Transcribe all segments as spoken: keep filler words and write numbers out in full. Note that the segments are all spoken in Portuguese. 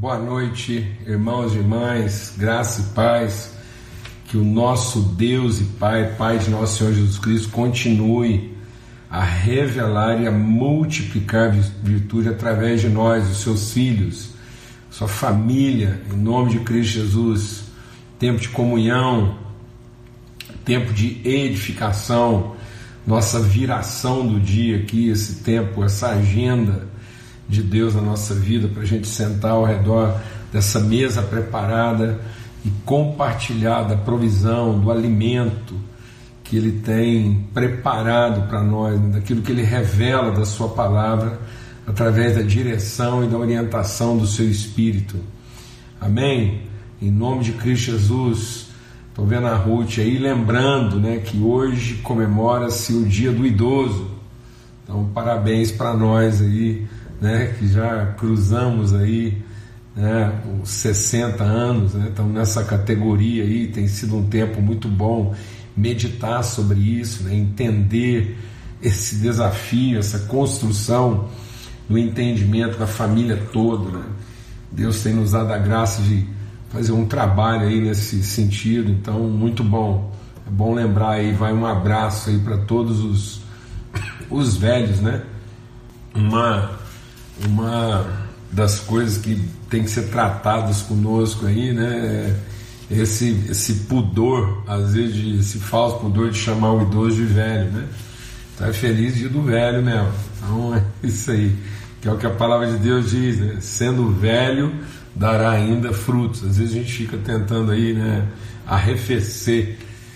Boa noite, irmãos e irmãs, graça e paz, que o nosso Deus e Pai, Pai de nosso Senhor Jesus Cristo, continue a revelar e a multiplicar virtude através de nós, os seus filhos, sua família, em nome de Cristo Jesus. Tempo de comunhão, tempo de edificação, nossa viração do dia aqui, esse tempo, essa agenda de Deus na nossa vida, para a gente sentar ao redor dessa mesa preparada e compartilhar da provisão, do alimento que Ele tem preparado para nós, daquilo que Ele revela da Sua palavra, através da direção e da orientação do Seu Espírito. Amém? Em nome de Cristo Jesus. Estou vendo a Ruth aí, lembrando, né, que hoje comemora-se o Dia do Idoso. Então, parabéns para nós aí, né, que já cruzamos aí, né, os sessenta anos, né, estamos nessa categoria aí. Tem sido um tempo muito bom meditar sobre isso, né, entender esse desafio, essa construção do entendimento da família toda, né. Deus tem nos dado a graça de fazer um trabalho aí nesse sentido, então muito bom. É bom lembrar aí, vai um abraço aí para todos os, os velhos, né? Uma Uma das coisas que tem que ser tratadas conosco aí, né, é esse, esse pudor, às vezes, de, esse falso pudor de chamar o idoso de velho, né? Então é feliz dia do velho mesmo. Então é isso aí, que é o que a palavra de Deus diz, né? Sendo velho, dará ainda frutos. Às vezes a gente fica tentando aí, né, arrefecer.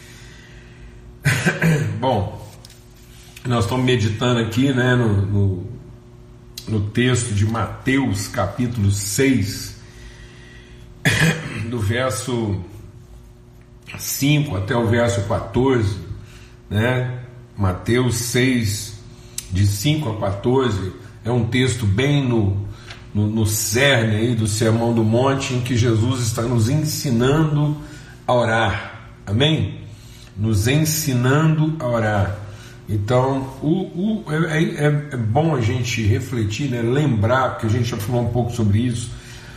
Bom, nós estamos meditando aqui, né, no, no no texto de Mateus capítulo seis, do verso cinco até o verso quatorze, né? Mateus seis, de cinco a quatorze, é um texto bem no, no, no cerne aí do Sermão do Monte, em que Jesus está nos ensinando a orar, amém? Nos ensinando a orar. Então, o, o, é, é, é bom a gente refletir, né, lembrar, porque a gente já falou um pouco sobre isso,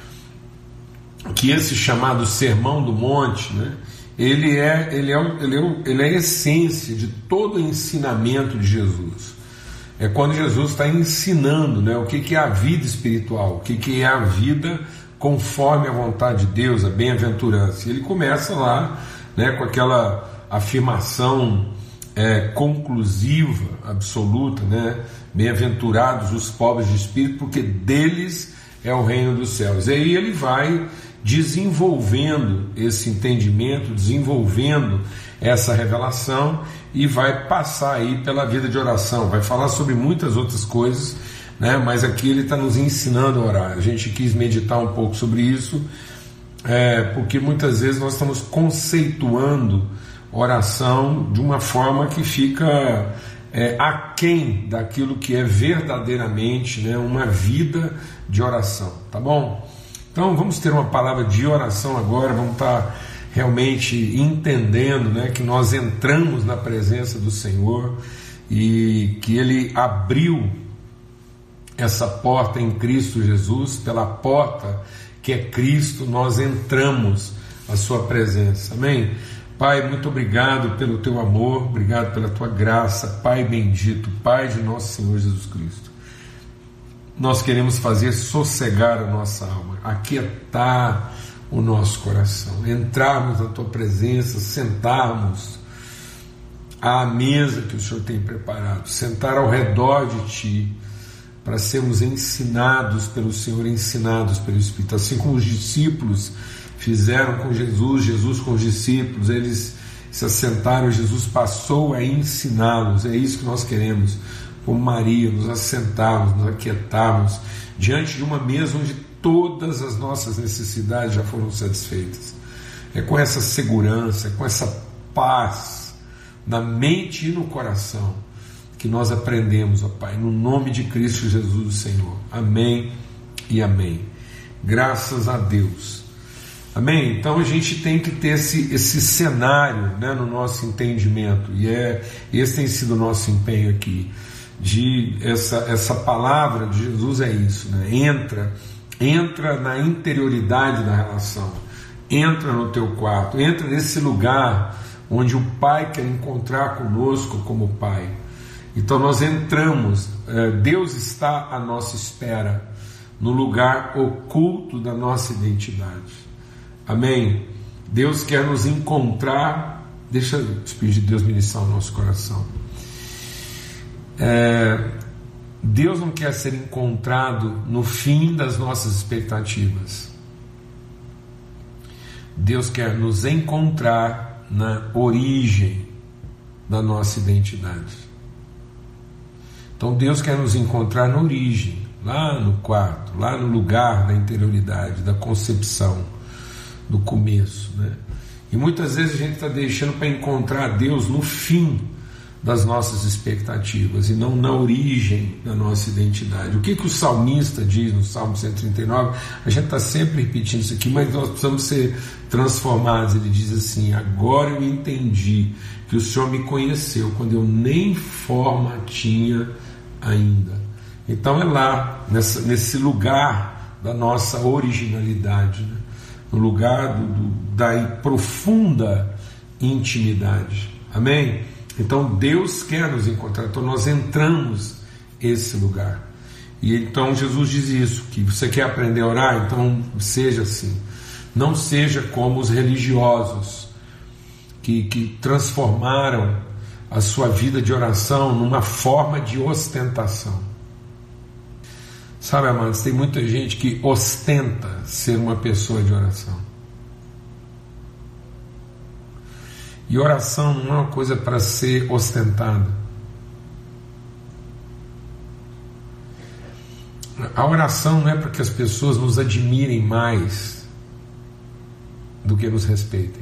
que esse chamado Sermão do Monte, né, ele, é, ele, é, ele, é, ele é a essência de todo o ensinamento de Jesus. É quando Jesus está ensinando, né, o que, que é a vida espiritual, o que, que é a vida conforme a vontade de Deus, a bem-aventurança. Ele começa lá, né, com aquela afirmação É, conclusiva, absoluta, né? Bem-aventurados os pobres de espírito, porque deles é o reino dos céus. E aí ele vai desenvolvendo esse entendimento, desenvolvendo essa revelação, e vai passar aí pela vida de oração, vai falar sobre muitas outras coisas, né? Mas aqui ele está nos ensinando a orar. A gente quis meditar um pouco sobre isso, é, porque muitas vezes nós estamos conceituando oração de uma forma que fica é, aquém daquilo que é verdadeiramente, né, uma vida de oração, tá bom? Então vamos ter uma palavra de oração agora, vamos estar realmente entendendo, né, que nós entramos na presença do Senhor e que Ele abriu essa porta em Cristo Jesus. Pela porta que é Cristo nós entramos a Sua presença, amém? Pai, muito obrigado pelo Teu amor, obrigado pela Tua graça, Pai bendito, Pai de nosso Senhor Jesus Cristo. Nós queremos fazer sossegar a nossa alma, aquietar o nosso coração, entrarmos na Tua presença, sentarmos à mesa que o Senhor tem preparado, sentar ao redor de Ti, para sermos ensinados pelo Senhor, ensinados pelo Espírito, assim como os discípulos fizeram com Jesus, Jesus com os discípulos, eles se assentaram, Jesus passou a ensiná-los. É isso que nós queremos, como Maria, nos assentarmos, nos aquietarmos diante de uma mesa onde todas as nossas necessidades já foram satisfeitas. É com essa segurança, é com essa paz na mente e no coração que nós aprendemos, ó Pai, no nome de Cristo Jesus, o Senhor. Amém e amém. Graças a Deus. Amém? Então a gente tem que ter esse, esse cenário, né, no nosso entendimento, e é, esse tem sido o nosso empenho aqui, de essa, essa palavra de Jesus é isso, né? Entra entra na interioridade da relação, entra no teu quarto, entra nesse lugar onde o Pai quer encontrar conosco como Pai. Então nós entramos, Deus está à nossa espera, no lugar oculto da nossa identidade. Amém? Deus quer nos encontrar. Deixa o Espírito de Deus ministrar o nosso coração. É, Deus não quer ser encontrado no fim das nossas expectativas. Deus quer nos encontrar na origem da nossa identidade. Então Deus quer nos encontrar na origem, lá no quarto, lá no lugar da interioridade, da concepção, do começo, né? E muitas vezes a gente está deixando para encontrar Deus no fim das nossas expectativas e não na origem da nossa identidade. O que, que o salmista diz no Salmo cento e trinta e nove? A gente está sempre repetindo isso aqui, mas nós precisamos ser transformados. Ele diz assim: agora eu entendi que o Senhor me conheceu quando eu nem forma tinha ainda. Então é lá, nessa, nesse lugar da nossa originalidade, né? No lugar do, do, da profunda intimidade. Amém? Então Deus quer nos encontrar, então nós entramos esse lugar. E então Jesus diz isso, que você quer aprender a orar, então seja assim. Não seja como os religiosos que, que transformaram a sua vida de oração numa forma de ostentação. Sabe, amados, tem muita gente que ostenta ser uma pessoa de oração. E oração não é uma coisa para ser ostentada. A oração não é para que as pessoas nos admirem mais do que nos respeitem.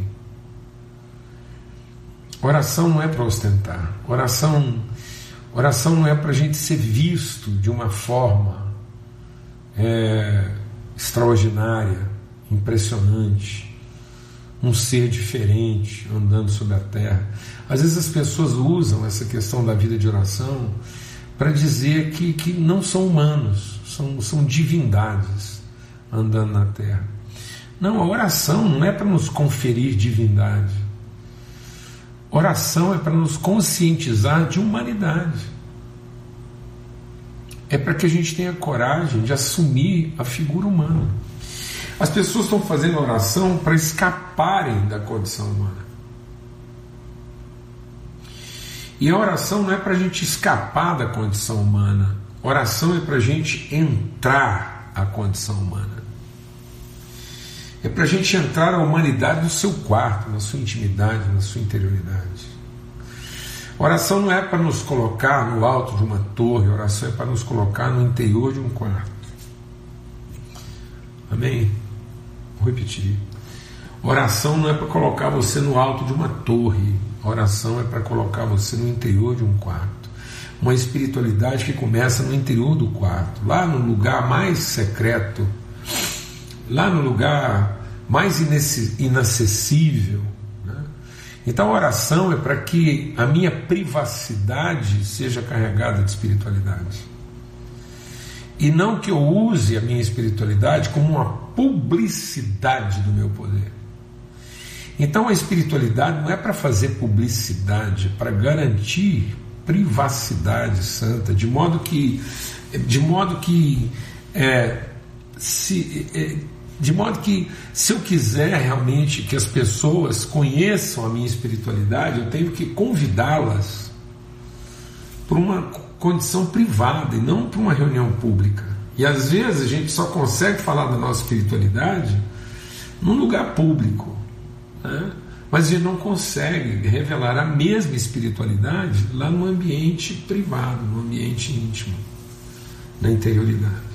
Oração não é para ostentar. Oração, oração não é para a gente ser visto de uma forma é, extraordinária, impressionante, um ser diferente andando sobre a terra. Às vezes as pessoas usam essa questão da vida de oração para dizer que, que não são humanos, são, são divindades andando na terra. Não, a oração não é para nos conferir divindade. Oração é para nos conscientizar de humanidade. É para que a gente tenha coragem de assumir a figura humana. As pessoas estão fazendo oração para escaparem da condição humana. E a oração não é para a gente escapar da condição humana. Oração é para a gente entrar à condição humana. É para a gente entrar à humanidade no seu quarto, na sua intimidade, na sua interioridade. Oração não é para nos colocar no alto de uma torre, oração é para nos colocar no interior de um quarto. Amém? Vou repetir. Oração não é para colocar você no alto de uma torre, oração é para colocar você no interior de um quarto. Uma espiritualidade que começa no interior do quarto, lá no lugar mais secreto, lá no lugar mais inacessível. Então a oração é para que a minha privacidade seja carregada de espiritualidade. E não que eu use a minha espiritualidade como uma publicidade do meu poder. Então a espiritualidade não é para fazer publicidade, é para garantir privacidade santa, de modo que, de modo que, é, se... É, De modo que, se eu quiser realmente que as pessoas conheçam a minha espiritualidade, eu tenho que convidá-las para uma condição privada e não para uma reunião pública. E às vezes a gente só consegue falar da nossa espiritualidade num lugar público, né? Mas a gente não consegue revelar a mesma espiritualidade lá no ambiente privado, no ambiente íntimo, na interioridade.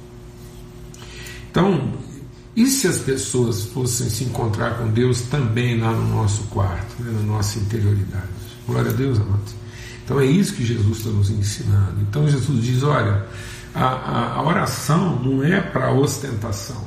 Então, e se as pessoas fossem se encontrar com Deus também lá no nosso quarto, né, na nossa interioridade? Glória a Deus, amados. Então é isso que Jesus está nos ensinando. Então Jesus diz, olha, a, a, a oração não é para ostentação.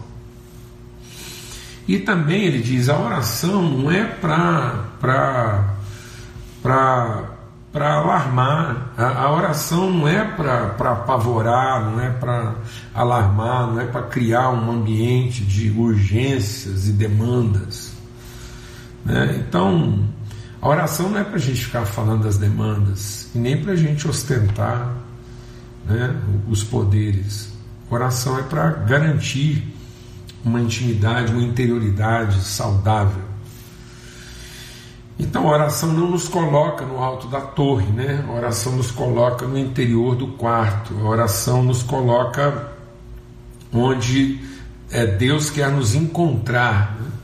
E também ele diz, a oração não é para para para alarmar. A, a oração não é para apavorar, não é para alarmar, não é para criar um ambiente de urgências e demandas, né? Então, a oração não é para a gente ficar falando das demandas e nem para a gente ostentar, né, os poderes. A oração é para garantir uma intimidade, uma interioridade saudável. Então a oração não nos coloca no alto da torre, né? A oração nos coloca no interior do quarto. A oração nos coloca onde é, Deus quer nos encontrar, né?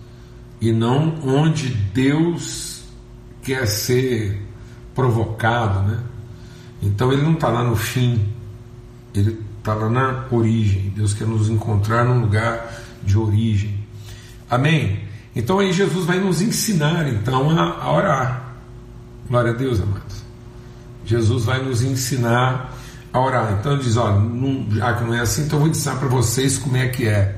E não onde Deus quer ser provocado, né? Então ele não está lá no fim, ele está lá na origem. Deus quer nos encontrar num lugar de origem. Amém? Então aí Jesus vai nos ensinar então a, a orar. Glória a Deus, amados. Jesus vai nos ensinar a orar. Então ele diz, olha, não, já que não é assim, então eu vou ensinar para vocês como é que é.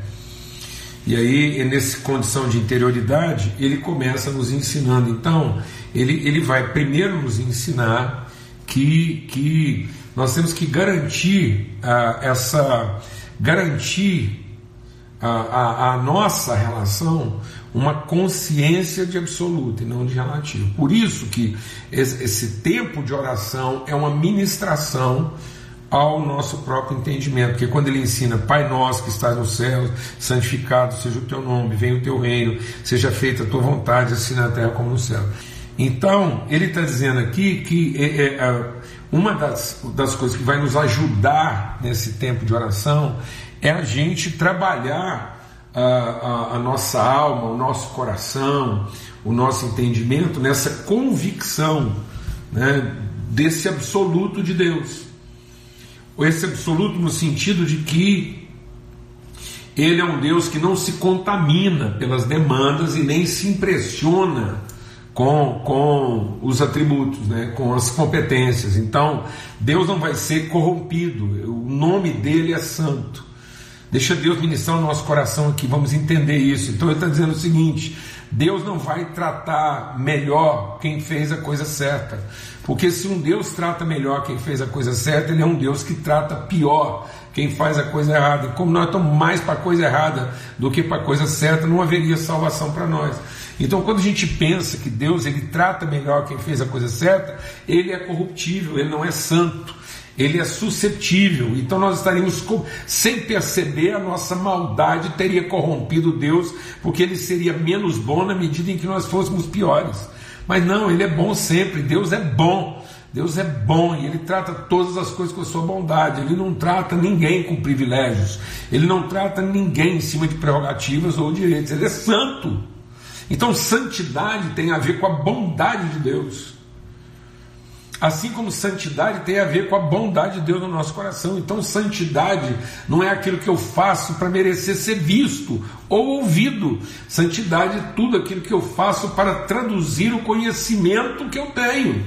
E aí, nessa condição de interioridade, ele começa nos ensinando. Então, ele, ele vai primeiro nos ensinar que, que nós temos que garantir ah, essa garantir a, a, a nossa relação uma consciência de absoluto e não de relativo. Por isso que esse, esse tempo de oração é uma ministração ao nosso próprio entendimento, porque quando ele ensina Pai nosso que estás no céu, santificado seja o teu nome, venha o teu reino, seja feita a tua vontade, assim na terra como no céu. Então ele está dizendo aqui que é, é, uma das, das coisas que vai nos ajudar nesse tempo de oração é a gente trabalhar a, a, a nossa alma, o nosso coração, o nosso entendimento nessa convicção, né, desse absoluto de Deus. Esse absoluto no sentido de que ele é um Deus que não se contamina pelas demandas e nem se impressiona com, com os atributos, né, com as competências. Então Deus não vai ser corrompido, o nome dele é santo. Deixa Deus ministrar o nosso coração aqui, vamos entender isso. Então ele está dizendo o seguinte: Deus não vai tratar melhor quem fez a coisa certa, porque se um Deus trata melhor quem fez a coisa certa, ele é um Deus que trata pior quem faz a coisa errada. E como nós estamos mais para a coisa errada do que para a coisa certa, não haveria salvação para nós. Então quando a gente pensa que Deus ele trata melhor quem fez a coisa certa, ele é corruptível, ele não é santo, ele é suscetível. Então nós estaríamos, sem perceber, a nossa maldade teria corrompido Deus, porque ele seria menos bom na medida em que nós fôssemos piores. Mas não, ele é bom sempre. Deus é bom, Deus é bom, e ele trata todas as coisas com a sua bondade. Ele não trata ninguém com privilégios, ele não trata ninguém em cima de prerrogativas ou direitos. Ele é santo. Então santidade tem a ver com a bondade de Deus, assim como santidade tem a ver com a bondade de Deus no nosso coração. Então santidade não é aquilo que eu faço para merecer ser visto ou ouvido. Santidade é tudo aquilo que eu faço para traduzir o conhecimento que eu tenho.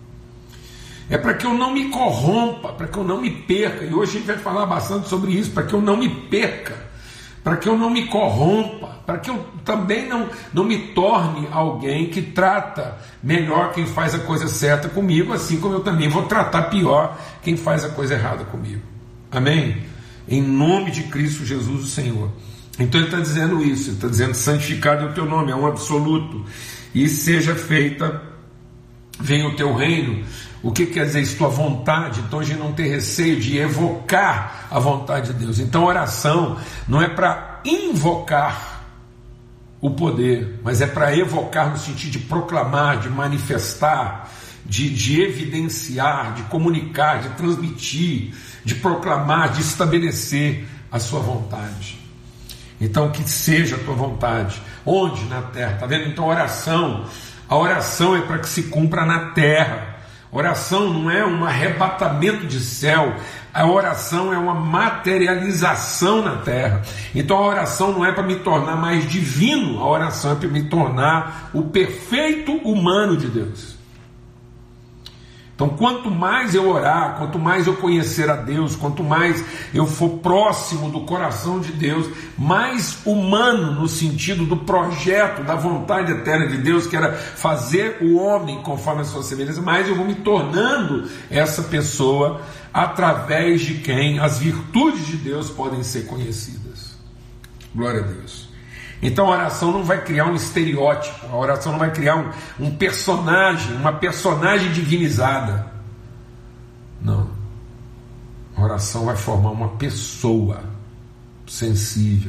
É para que eu não me corrompa, para que eu não me perca. E hoje a gente vai falar bastante sobre isso, para que eu não me perca, para que eu não me corrompa, para que eu também não, não me torne alguém que trata melhor quem faz a coisa certa comigo, assim como eu também vou tratar pior quem faz a coisa errada comigo. Amém? Em nome de Cristo Jesus o Senhor. Então ele está dizendo isso, ele está dizendo: santificado é o teu nome, é um absoluto, e seja feita, venha o teu reino. O que quer dizer isso? Tua vontade. Então a gente não tem receio de evocar a vontade de Deus. Então a oração não é para invocar o poder, mas é para evocar no sentido de proclamar, de manifestar, de, de evidenciar, de comunicar, de transmitir, de proclamar, de estabelecer a sua vontade. Então que seja a tua vontade. Onde? Na terra. Está vendo? Então a oração, a oração é para que se cumpra na terra. Oração não é um arrebatamento de céu, a oração é uma materialização na terra. Então a oração não é para me tornar mais divino, a oração é para me tornar o perfeito humano de Deus. Então, quanto mais eu orar, quanto mais eu conhecer a Deus, quanto mais eu for próximo do coração de Deus, mais humano no sentido do projeto, da vontade eterna de Deus, que era fazer o homem conforme a sua semelhança, mais eu vou me tornando essa pessoa através de quem as virtudes de Deus podem ser conhecidas. Glória a Deus. Então a oração não vai criar um estereótipo, a oração não vai criar um, um personagem, uma personagem divinizada. Não. A oração vai formar uma pessoa sensível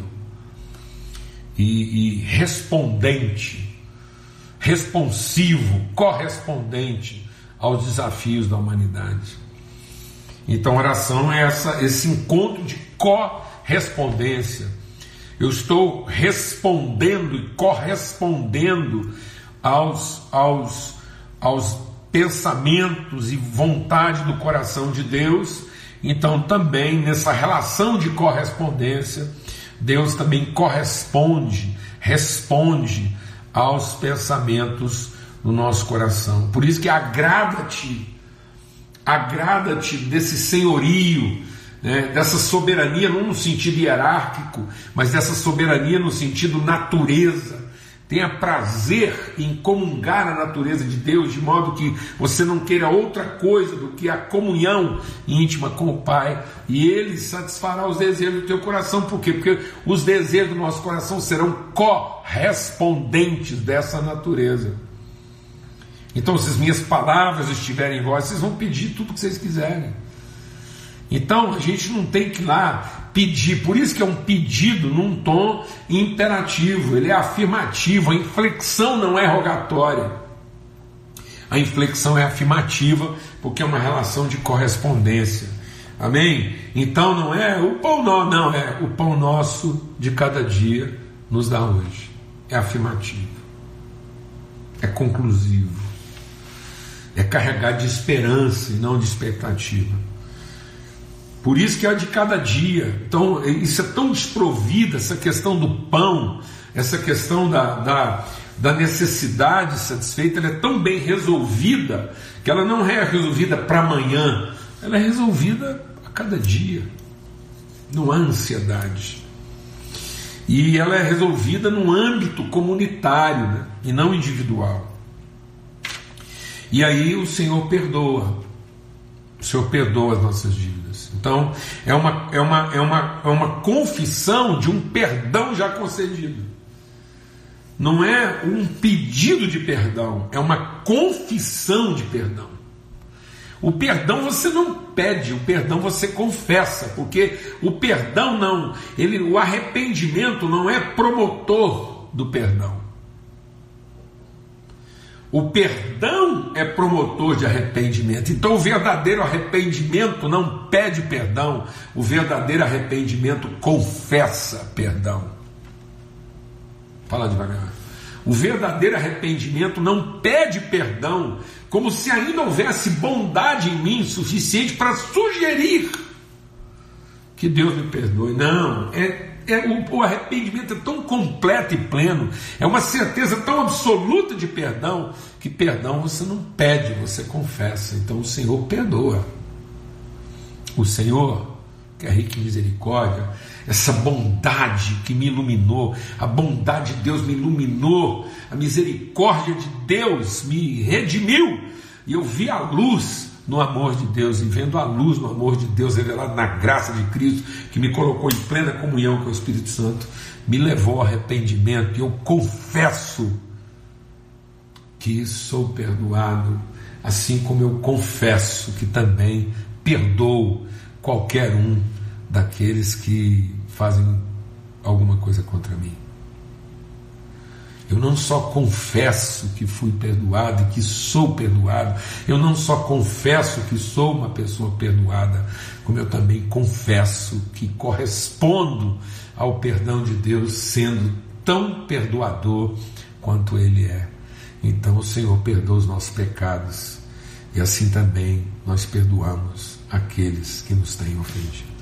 e, e respondente, responsivo, correspondente aos desafios da humanidade. Então a oração é essa, esse encontro de correspondência. Eu estou respondendo e correspondendo aos, aos, aos pensamentos e vontade do coração de Deus. Então também nessa relação de correspondência, Deus também corresponde, responde aos pensamentos do nosso coração. Por isso que agrada-te, agrada-te desse senhorio, né, dessa soberania, não no sentido hierárquico, mas dessa soberania no sentido natureza. Tenha prazer em comungar a natureza de Deus, de modo que você não queira outra coisa do que a comunhão íntima com o Pai, e Ele satisfará os desejos do teu coração. Por quê? Porque os desejos do nosso coração serão correspondentes dessa natureza. Então, se as minhas palavras estiverem em vós, vocês vão pedir tudo o que vocês quiserem. Então a gente não tem que ir lá pedir, por isso que é um pedido num tom imperativo, ele é afirmativo, a inflexão não é rogatória, a inflexão é afirmativa, porque é uma relação de correspondência, amém? Então não é o pão nosso, não, é o pão nosso de cada dia nos dá hoje, é afirmativo, é conclusivo, é carregado de esperança e não de expectativa. Por isso que é de cada dia. Então isso é tão desprovido, essa questão do pão, essa questão da, da, da necessidade satisfeita, ela é tão bem resolvida, que ela não é resolvida para amanhã, ela é resolvida a cada dia, não há ansiedade, e ela é resolvida no âmbito comunitário, né, e não individual. E aí o Senhor perdoa, o Senhor perdoa as nossas dívidas. Então é uma, é, uma, é, uma, é uma confissão de um perdão já concedido. Não é um pedido de perdão, é uma confissão de perdão. O perdão você não pede, o perdão você confessa, porque o perdão não, ele, o arrependimento não é promotor do perdão. O perdão é promotor de arrependimento. Então o verdadeiro arrependimento não pede perdão, o verdadeiro arrependimento confessa perdão. Fala devagar. O verdadeiro arrependimento não pede perdão, como se ainda houvesse bondade em mim suficiente para sugerir que Deus me perdoe. Não, é É, o, o arrependimento é tão completo e pleno, é uma certeza tão absoluta de perdão, que perdão você não pede, você confessa. Então o Senhor perdoa. O Senhor, que é rico em misericórdia, essa bondade que me iluminou, a bondade de Deus me iluminou, a misericórdia de Deus me redimiu, e eu vi a luz no amor de Deus, e vendo a luz no amor de Deus revelado na graça de Cristo, que me colocou em plena comunhão com o Espírito Santo, me levou ao arrependimento, e eu confesso que sou perdoado, assim como eu confesso que também perdoo qualquer um daqueles que fazem alguma coisa contra mim. Eu não só confesso que fui perdoado e que sou perdoado, eu não só confesso que sou uma pessoa perdoada, como eu também confesso que correspondo ao perdão de Deus, sendo tão perdoador quanto Ele é. Então o Senhor perdoa os nossos pecados, e assim também nós perdoamos aqueles que nos têm ofendido.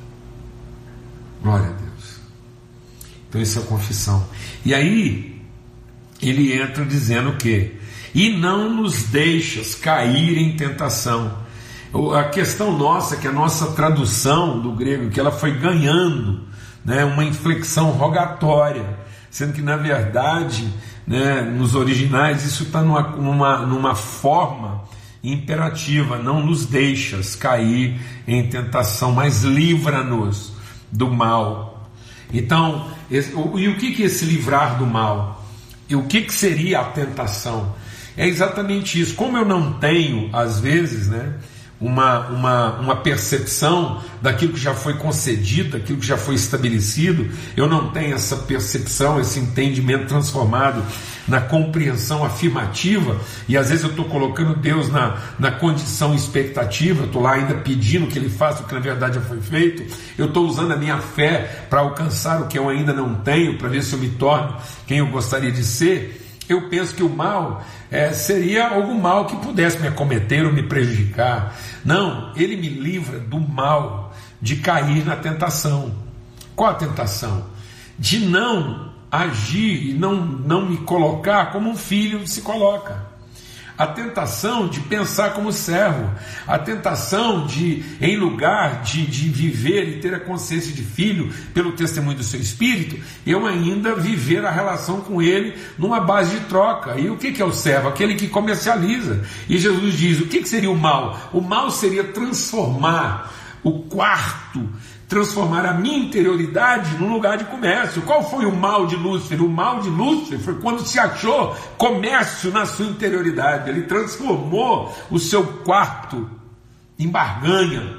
Glória a Deus. Então isso é a confissão. E aí ele entra dizendo que e não nos deixas cair em tentação. A questão nossa, que a nossa tradução do grego, que ela foi ganhando, né, uma inflexão rogatória, sendo que na verdade, né, nos originais isso está numa, numa, numa forma imperativa: não nos deixas cair em tentação, mas livra-nos do mal. Então, esse, e o que é esse livrar do mal? E o que, que seria a tentação? É exatamente isso. Como eu não tenho, às vezes, né, uma, uma, uma percepção daquilo que já foi concedido, daquilo que já foi estabelecido, eu não tenho essa percepção, esse entendimento transformado na compreensão afirmativa, e às vezes eu estou colocando Deus na, na condição expectativa, eu estou lá ainda pedindo que Ele faça o que na verdade já foi feito, eu estou usando a minha fé para alcançar o que eu ainda não tenho, para ver se eu me torno quem eu gostaria de ser. Eu penso que o mal é, seria algum mal que pudesse me acometer ou me prejudicar. Não, Ele me livra do mal de cair na tentação. Qual a tentação? De não agir e não, não me colocar como um filho se coloca. A tentação de pensar como servo, a tentação de, em lugar de, de viver e ter a consciência de filho pelo testemunho do seu espírito, eu ainda viver a relação com ele numa base de troca. E o que é o servo? Aquele que comercializa. E Jesus diz: o que seria o mal? O mal seria transformar o quarto, transformar a minha interioridade num lugar de comércio. Qual foi o mal de Lúcifer? O mal de Lúcifer foi quando se achou comércio na sua interioridade. Ele transformou o seu quarto em barganha.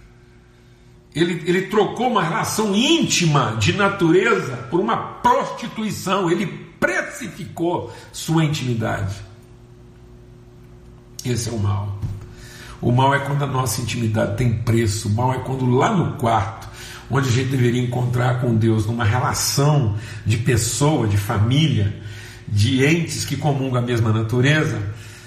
Ele, ele trocou uma relação íntima de natureza por uma prostituição. Ele precificou sua intimidade. Esse é o mal. O mal é quando a nossa intimidade tem preço. O mal é quando lá no quarto, onde a gente deveria encontrar com Deus, numa relação de pessoa, de família, de entes que comungam a mesma natureza,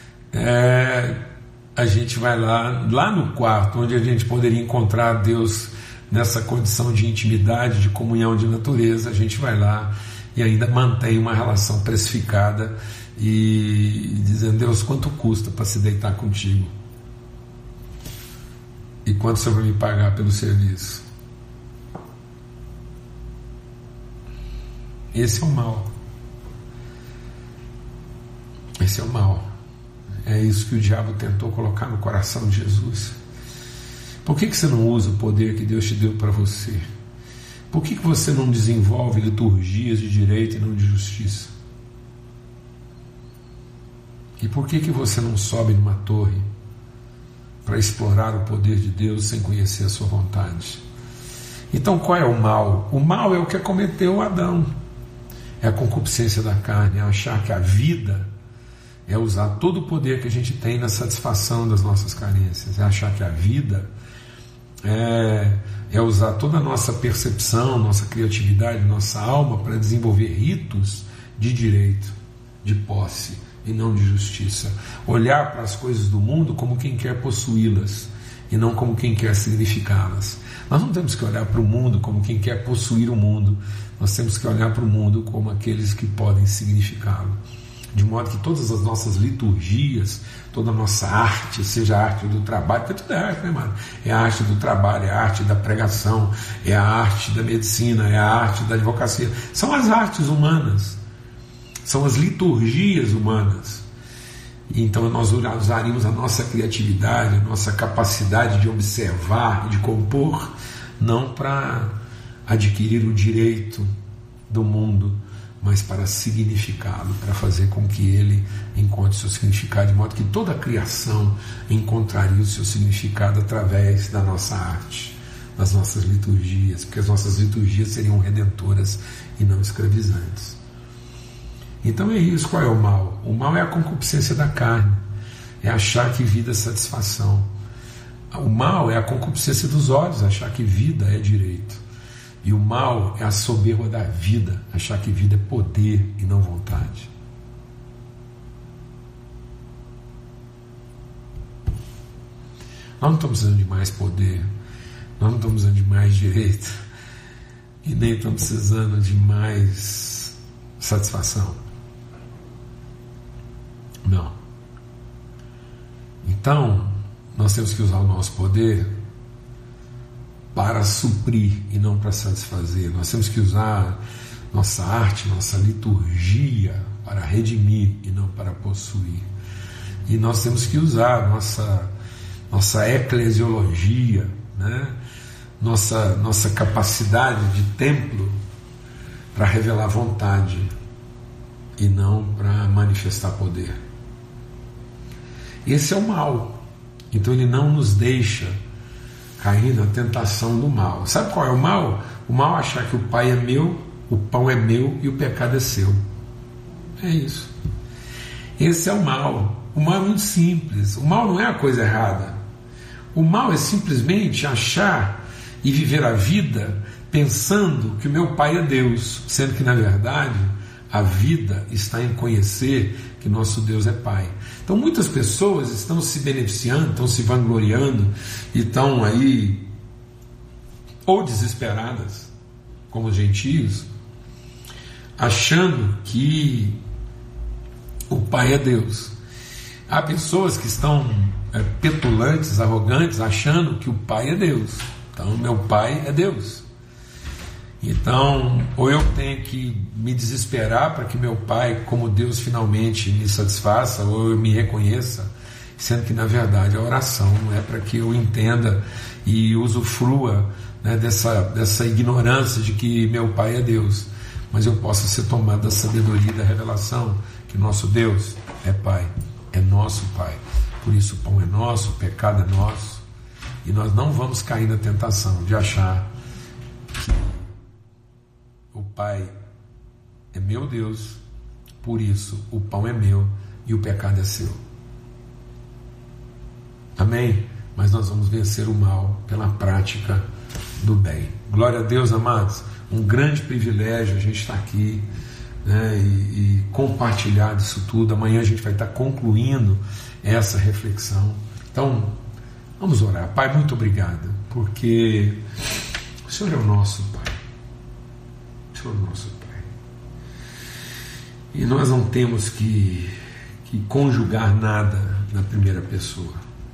é, a gente vai lá, lá no quarto, onde a gente poderia encontrar Deus nessa condição de intimidade, de comunhão de natureza, a gente vai lá e ainda mantém uma relação precificada e dizendo: Deus, quanto custa para se deitar contigo? E quanto você vai me pagar pelo serviço? Esse é o mal. Esse é o mal. É isso que o diabo tentou colocar no coração de Jesus. Por que, que você não usa o poder que Deus te deu para você? Por que, que você não desenvolve liturgias de direito e não de justiça? E por que, que você não sobe numa torre para explorar o poder de Deus sem conhecer a sua vontade? Então, qual é o mal? O mal é o que acometeu Adão. É a concupiscência da carne, é achar que a vida é usar todo o poder que a gente tem na satisfação das nossas carências, é achar que a vida é, é usar toda a nossa percepção, nossa criatividade, nossa alma para desenvolver ritos de direito, de posse e não de justiça. Olhar para as coisas do mundo como quem quer possuí-las e não como quem quer significá-las. Nós não temos que olhar para o mundo como quem quer possuir o mundo, nós temos que olhar para o mundo como aqueles que podem significá-lo. De modo que todas as nossas liturgias, toda a nossa arte, seja a arte do trabalho, porque tudo é arte, né, mano? É a arte do trabalho, é a arte da pregação, é a arte da medicina, é a arte da advocacia. São as artes humanas, são as liturgias humanas. E então nós usaríamos a nossa criatividade, a nossa capacidade de observar e de compor, não para adquirir o direito do mundo, mas para significá-lo, para fazer com que ele encontre seu significado, de modo que toda a criação encontraria o seu significado através da nossa arte, das nossas liturgias, porque as nossas liturgias seriam redentoras e não escravizantes. Então é isso. Qual é o mal? O mal é a concupiscência da carne, é achar que vida é satisfação. O mal é a concupiscência dos olhos, achar que vida é direito. E o mal é a soberba da vida, achar que vida é poder e não vontade. Nós não estamos precisando de mais poder, nós não estamos precisando de mais direito, e nem estamos precisando de mais satisfação. Não. Então, nós temos que usar o nosso poder para suprir e não para satisfazer. Nós temos que usar nossa arte, nossa liturgia para redimir e não para possuir. E nós temos que usar nossa, nossa eclesiologia, né? nossa, nossa capacidade de templo para revelar vontade e não para manifestar poder. Esse é o mal. Então ele não nos deixa cair na tentação do mal. Sabe qual é o mal? O mal é achar que o pai é meu, o pão é meu e o pecado é seu. É isso. Esse é o mal. O mal é muito simples. O mal não é a coisa errada. O mal é simplesmente achar e viver a vida pensando que o meu pai é Deus, sendo que na verdade a vida está em conhecer que nosso Deus é Pai. Então muitas pessoas estão se beneficiando, estão se vangloriando e estão aí ou desesperadas, como os gentios, achando que o Pai é Deus. Há pessoas que estão é, petulantes, arrogantes, achando que o Pai é Deus. Então meu Pai é Deus. Então, ou eu tenho que me desesperar para que meu Pai, como Deus, finalmente me satisfaça, ou eu me reconheça, sendo que na verdade a oração não é para que eu entenda e usufrua, né, dessa, dessa ignorância de que meu Pai é Deus, mas eu possa ser tomado da sabedoria e da revelação que nosso Deus é Pai, é nosso Pai. Por isso o pão é nosso, o pecado é nosso, e nós não vamos cair na tentação de achar que o Pai é meu Deus, por isso o pão é meu e o pecado é seu. Amém? Mas nós vamos vencer o mal pela prática do bem. Glória a Deus, amados. Um grande privilégio a gente estar aqui, né, e, e compartilhar disso tudo. Amanhã a gente vai estar concluindo essa reflexão. Então, vamos orar. Pai, muito obrigado, porque o Senhor é o nosso Pai. O Senhor é o nosso Pai. E nós não temos que, que conjugar nada na primeira pessoa.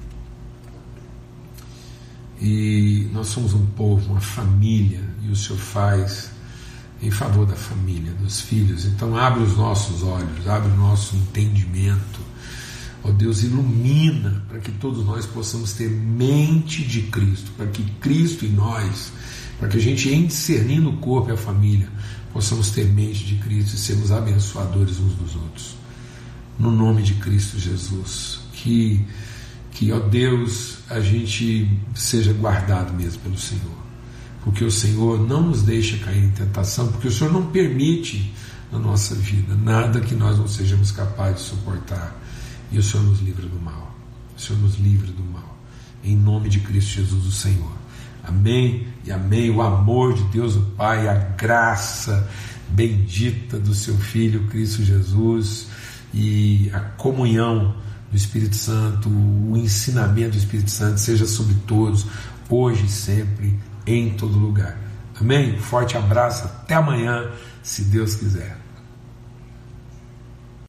E nós somos um povo, uma família, e o Senhor faz em favor da família, dos filhos. Então abre os nossos olhos, abre o nosso entendimento. Ó Deus, ilumina para que todos nós possamos ter mente de Cristo, para que Cristo em nós, para que a gente, em discernindo o corpo e a família, possamos ter mente de Cristo e sermos abençoadores uns dos outros. No nome de Cristo Jesus, que, que ó Deus, a gente seja guardado mesmo pelo Senhor, porque o Senhor não nos deixa cair em tentação, porque o Senhor não permite na nossa vida nada que nós não sejamos capazes de suportar, e o Senhor nos livra do mal. O Senhor nos livra do mal, em nome de Cristo Jesus, o Senhor. Amém e amém. O amor de Deus o Pai, a graça bendita do seu Filho Cristo Jesus e a comunhão do Espírito Santo, o ensinamento do Espírito Santo seja sobre todos, hoje e sempre, em todo lugar. Amém? Um forte abraço, até amanhã, se Deus quiser.